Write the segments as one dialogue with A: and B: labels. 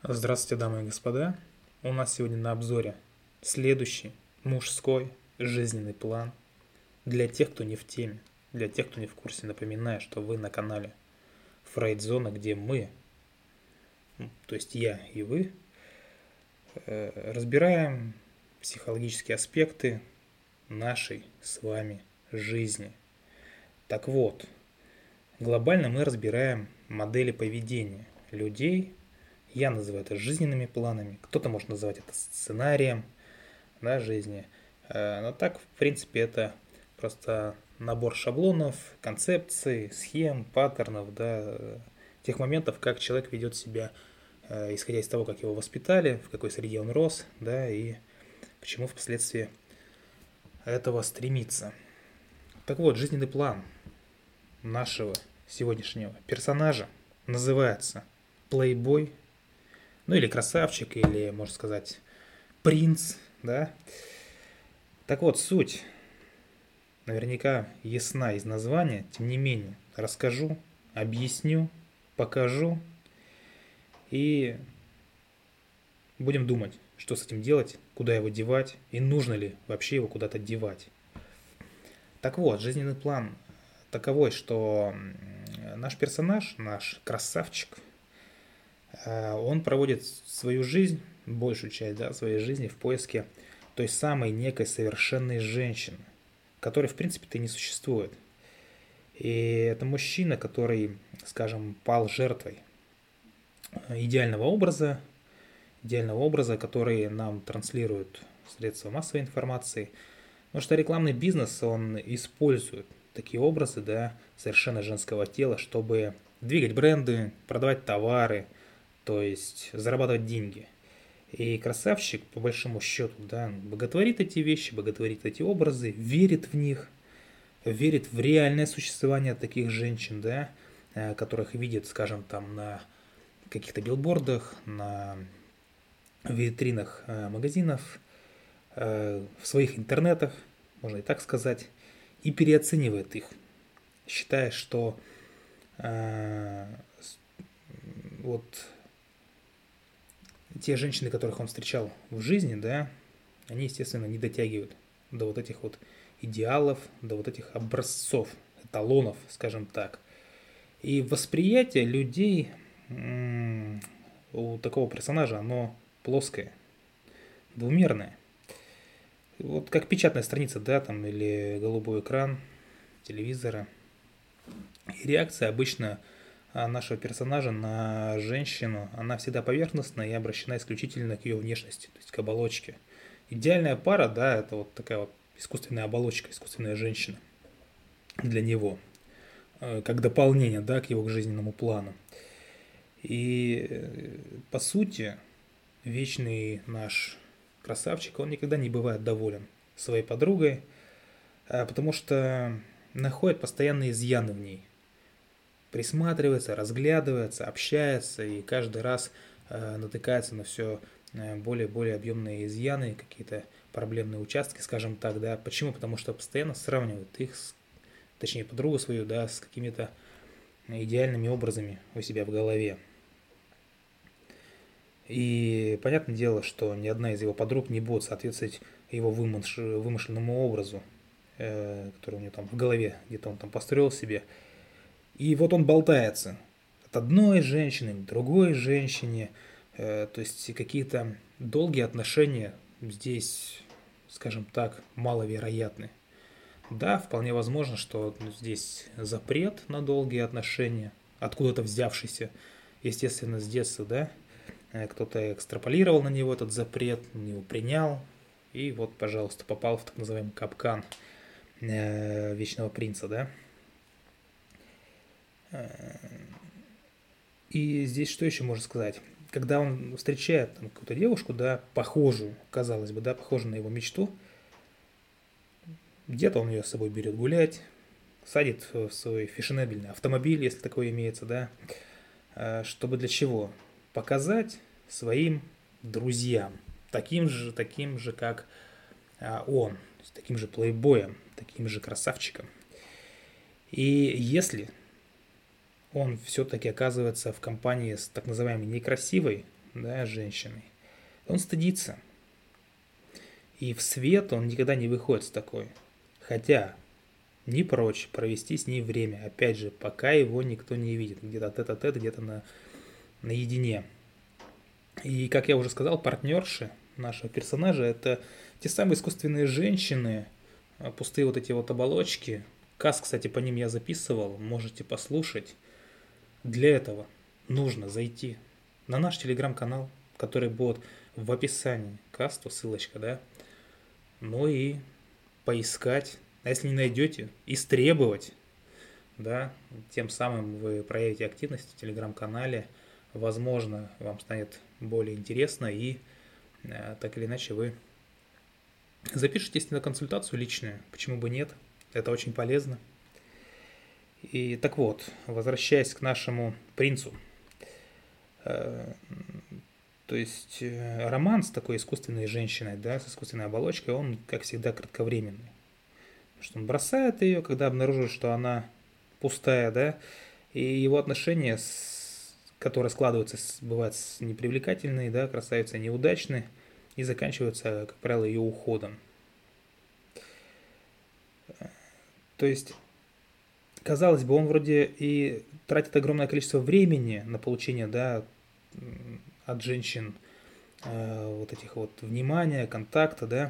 A: Здравствуйте, дамы и господа. У нас сегодня на обзоре следующий мужской жизненный план для тех, кто не в теме, для тех, кто не в курсе. Напоминаю, что вы на канале Фрейд-зона, где мы, то есть я и вы, разбираем психологические аспекты нашей с вами жизни. Так вот, глобально мы разбираем модели поведения людей. Я называю это жизненными планами, кто-то может называть это сценарием, да, жизни. Но так, в принципе, это просто набор шаблонов, концепций, схем, паттернов, да, тех моментов, как человек ведет себя, исходя из того, как его воспитали, в какой среде он рос, да, и к чему впоследствии этого стремится. Так вот, жизненный план нашего сегодняшнего персонажа называется плейбой, ну или красавчик, или, можно сказать, принц, да. Так вот, суть наверняка ясна из названия, тем не менее, расскажу, объясню, покажу и будем думать, что с этим делать, куда его девать и нужно ли вообще его куда-то девать. Так вот, жизненный план таковой, что наш персонаж, наш красавчик, он проводит свою жизнь, большую часть, да, своей жизни в поиске той самой некой совершенной женщины, которой в принципе-то и не существует. И это мужчина, который, скажем, пал жертвой идеального образа, который нам транслируют средства массовой информации. Потому что рекламный бизнес, он использует такие образы, да, совершенно женского тела, чтобы двигать бренды, продавать товары, то есть зарабатывать деньги. И красавчик, по большому счету, да, боготворит эти вещи, боготворит эти образы, верит в них, верит в реальное существование таких женщин, да, которых видит, скажем, там на каких-то билбордах, на витринах магазинов, в своих интернетах, можно и так сказать, и переоценивает их, считая, что вот те женщины, которых он встречал в жизни, да, они, естественно, не дотягивают до вот этих вот идеалов, до вот этих образцов, эталонов, скажем так. И восприятие людей у такого персонажа, оно плоское, двумерное. Вот как печатная страница, да, там, или голубой экран телевизора. И реакция обычно нашего персонажа на женщину, она всегда поверхностная и обращена исключительно к ее внешности, то есть к оболочке. Идеальная пара, да, это вот такая вот искусственная оболочка, искусственная женщина для него, как дополнение, да, к его жизненному плану. И по сути, вечный наш красавчик, он никогда не бывает доволен своей подругой, потому что находит постоянные изъяны в ней. Присматривается, разглядывается, общается и каждый раз натыкается на все более и более объемные изъяны, какие-то проблемные участки, скажем так, да. Почему? Потому что постоянно сравнивают их, точнее подругу свою, да, с какими-то идеальными образами у себя в голове. И понятное дело, что ни одна из его подруг не будет соответствовать его вымышленному образу, который у него там в голове, где-то он там построил себе. И вот он болтается от одной женщины к другой женщине, то есть какие-то долгие отношения здесь, скажем так, маловероятны. Да, вполне возможно, что здесь запрет на долгие отношения, откуда-то взявшийся, естественно, с детства, да, кто-то экстраполировал на него этот запрет, его принял, и вот, пожалуйста, попал в так называемый капкан Вечного Принца, да. И здесь что еще можно сказать? Когда он встречает там какую-то девушку, да, похожую, казалось бы, да, похожую на его мечту, где-то он ее с собой берет гулять, садит в свой фешенебельный автомобиль, если такое имеется, да, чтобы для чего? Показать своим друзьям, таким же, как он, таким же плейбоем, таким же красавчиком. И если он все-таки оказывается в компании с так называемой некрасивой, да, с женщиной, он стыдится. И в свет он никогда не выходит с такой. Хотя не прочь провести с ней время. Опять же, пока его никто не видит. Где-то тет-а-тет, где-то наедине. И, как я уже сказал, партнерши нашего персонажа — это те самые искусственные женщины, пустые вот эти вот оболочки. Каз, кстати, по ним я записывал, можете послушать. Для этого нужно зайти на наш телеграм-канал, который будет в описании касту, ссылочка, да, ну и поискать, а если не найдете, истребовать, да, тем самым вы проявите активность в телеграм-канале, возможно, вам станет более интересно и так или иначе вы запишитесь на консультацию личную, почему бы нет, это очень полезно. И так вот, возвращаясь к нашему принцу, то есть роман с такой искусственной женщиной, да, с искусственной оболочкой, он, как всегда, кратковременный. Потому что он бросает ее, когда обнаруживает, что она пустая, да, и его отношения, которые складываются, бывают непривлекательные, да, красавицы неудачные, и заканчиваются, как правило, ее уходом. То есть, казалось бы, он вроде и тратит огромное количество времени на получение, да, от женщин вот этих вот внимания, контакта, да,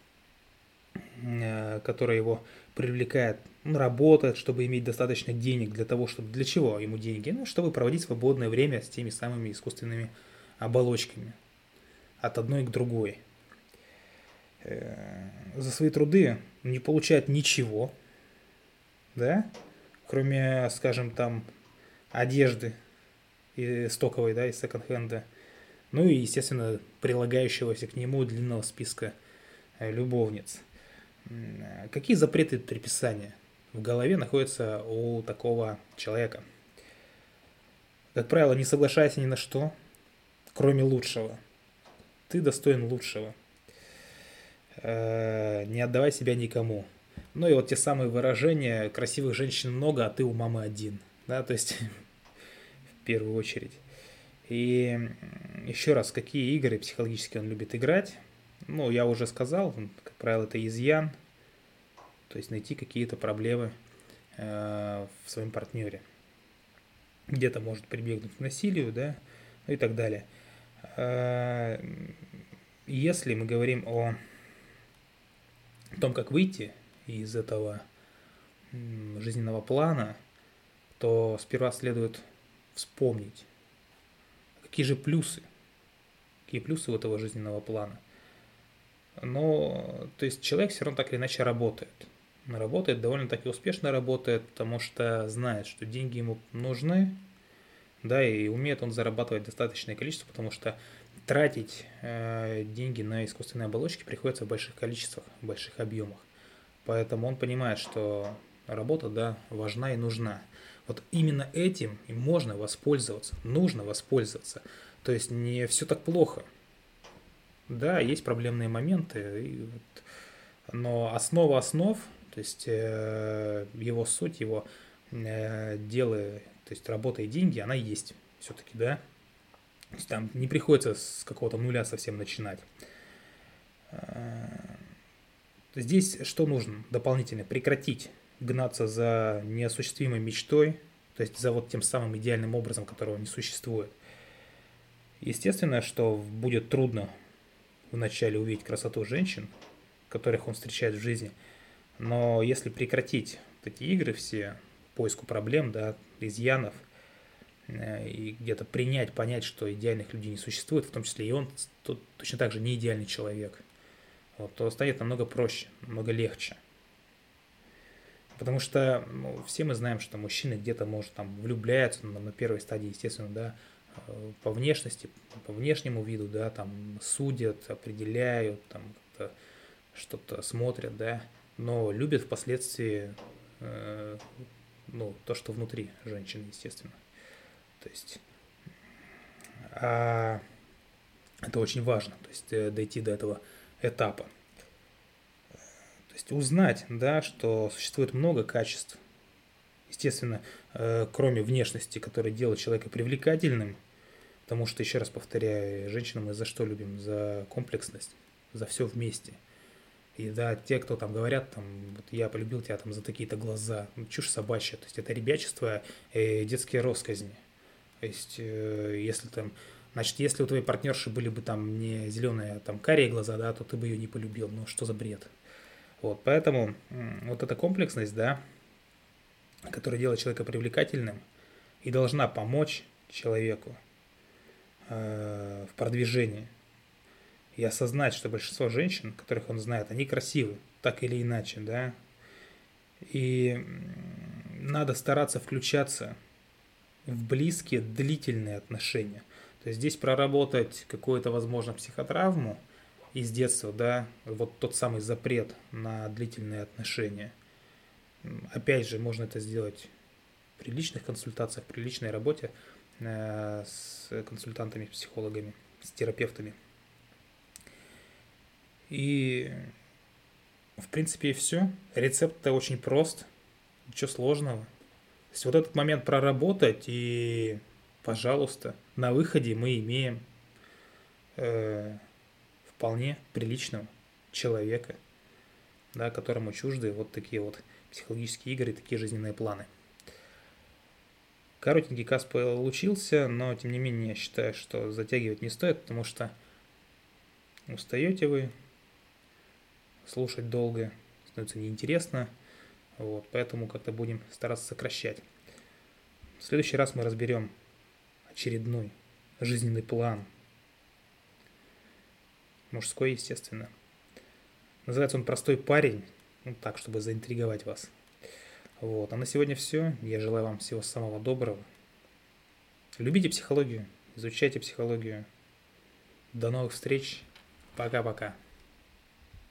A: который его привлекает. Он работает, чтобы иметь достаточно денег для того, чтобы... Для чего ему деньги? Ну, чтобы проводить свободное время с теми самыми искусственными оболочками. От одной к другой. За свои труды не получает ничего, да, кроме, скажем, там, одежды и стоковой, да, из секонд-хенда. Ну и, естественно, прилагающегося к нему длинного списка любовниц. Какие запреты предписания в голове находятся у такого человека? Как правило, не соглашайся ни на что, кроме лучшего. Ты достоин лучшего. Не отдавай себя никому. Ну и вот те самые выражения: красивых женщин много, а ты у мамы один. Да, то есть в первую очередь. И еще раз, какие игры психологически он любит играть? Ну, я уже сказал, как правило, это изъян, то есть найти какие-то проблемы в своем партнере. Где-то может прибегнуть к насилию, да, ну и так далее. Если мы говорим о том, как выйти из этого жизненного плана, то сперва следует вспомнить, какие же плюсы, какие плюсы у этого жизненного плана. Но, то есть человек все равно так или иначе работает. Работает, довольно-таки успешно работает, потому что знает, что деньги ему нужны, да, и умеет он зарабатывать достаточное количество, потому что тратить деньги на искусственные оболочки приходится в больших количествах, в больших объемах. Поэтому он понимает, что работа, да, важна и нужна. Вот именно этим и можно воспользоваться, нужно воспользоваться. То есть не все так плохо. Да, есть проблемные моменты, но основа основ, то есть его суть, его дело, то есть работа и деньги, она есть все-таки, да. То есть там не приходится с какого-то нуля совсем начинать. Здесь что нужно дополнительно? Прекратить гнаться за неосуществимой мечтой, то есть за вот тем самым идеальным образом, которого не существует. Естественно, что будет трудно вначале увидеть красоту женщин, которых он встречает в жизни, но если прекратить вот эти игры все, поиску проблем, да, изъянов, и где-то принять, понять, что идеальных людей не существует, в том числе и он точно так же не идеальный человек, вот, то станет намного проще, намного легче. Потому что все мы знаем, что мужчины где-то, может, там влюбляются на первой стадии, естественно, да, по внешности, по внешнему виду, да, там судят, определяют, там как-то что-то смотрят, да, но любят впоследствии, то, что внутри женщины, естественно. То есть это очень важно, то есть дойти до этого этапа. То есть узнать, да, что существует много качеств, естественно, кроме внешности, которые делают человека привлекательным, Потому что, еще раз повторяю, женщину мы за что любим? За комплексность, за все вместе. И да, те, кто там говорят, там, вот я полюбил тебя там за такие-то глаза, ну, чушь собачья, то есть это ребячество, детские росказни. То есть, если там, значит, если у твоей партнерши были бы там не зеленые, а там карие глаза, да, то ты бы ее не полюбил. Ну, что за бред? Вот, поэтому вот эта комплексность, да, которая делает человека привлекательным и должна помочь человеку в продвижении и осознать, что большинство женщин, которых он знает, они красивы, так или иначе, да, и надо стараться включаться в близкие, длительные отношения. То есть здесь проработать какую-то, возможно, психотравму из детства, да, вот тот самый запрет на длительные отношения. Опять же, можно это сделать при личных консультациях, при личной работе с консультантами, психологами, с терапевтами. И, в принципе, и все. Рецепт-то очень прост, ничего сложного. То есть вот этот момент проработать, и, пожалуйста, на выходе мы имеем вполне приличного человека, да, которому чужды вот такие вот психологические игры, такие жизненные планы. Коротенький каст получился, но тем не менее я считаю, что затягивать не стоит, потому что устаете вы слушать долго, становится неинтересно, вот, поэтому как-то будем стараться сокращать. В следующий раз мы разберем очередной жизненный план, мужской, естественно. Называется он «Простой парень», ну так, чтобы заинтриговать вас. Вот. А на сегодня все. Я желаю вам всего самого доброго. Любите психологию, изучайте психологию. До новых встреч. Пока-пока.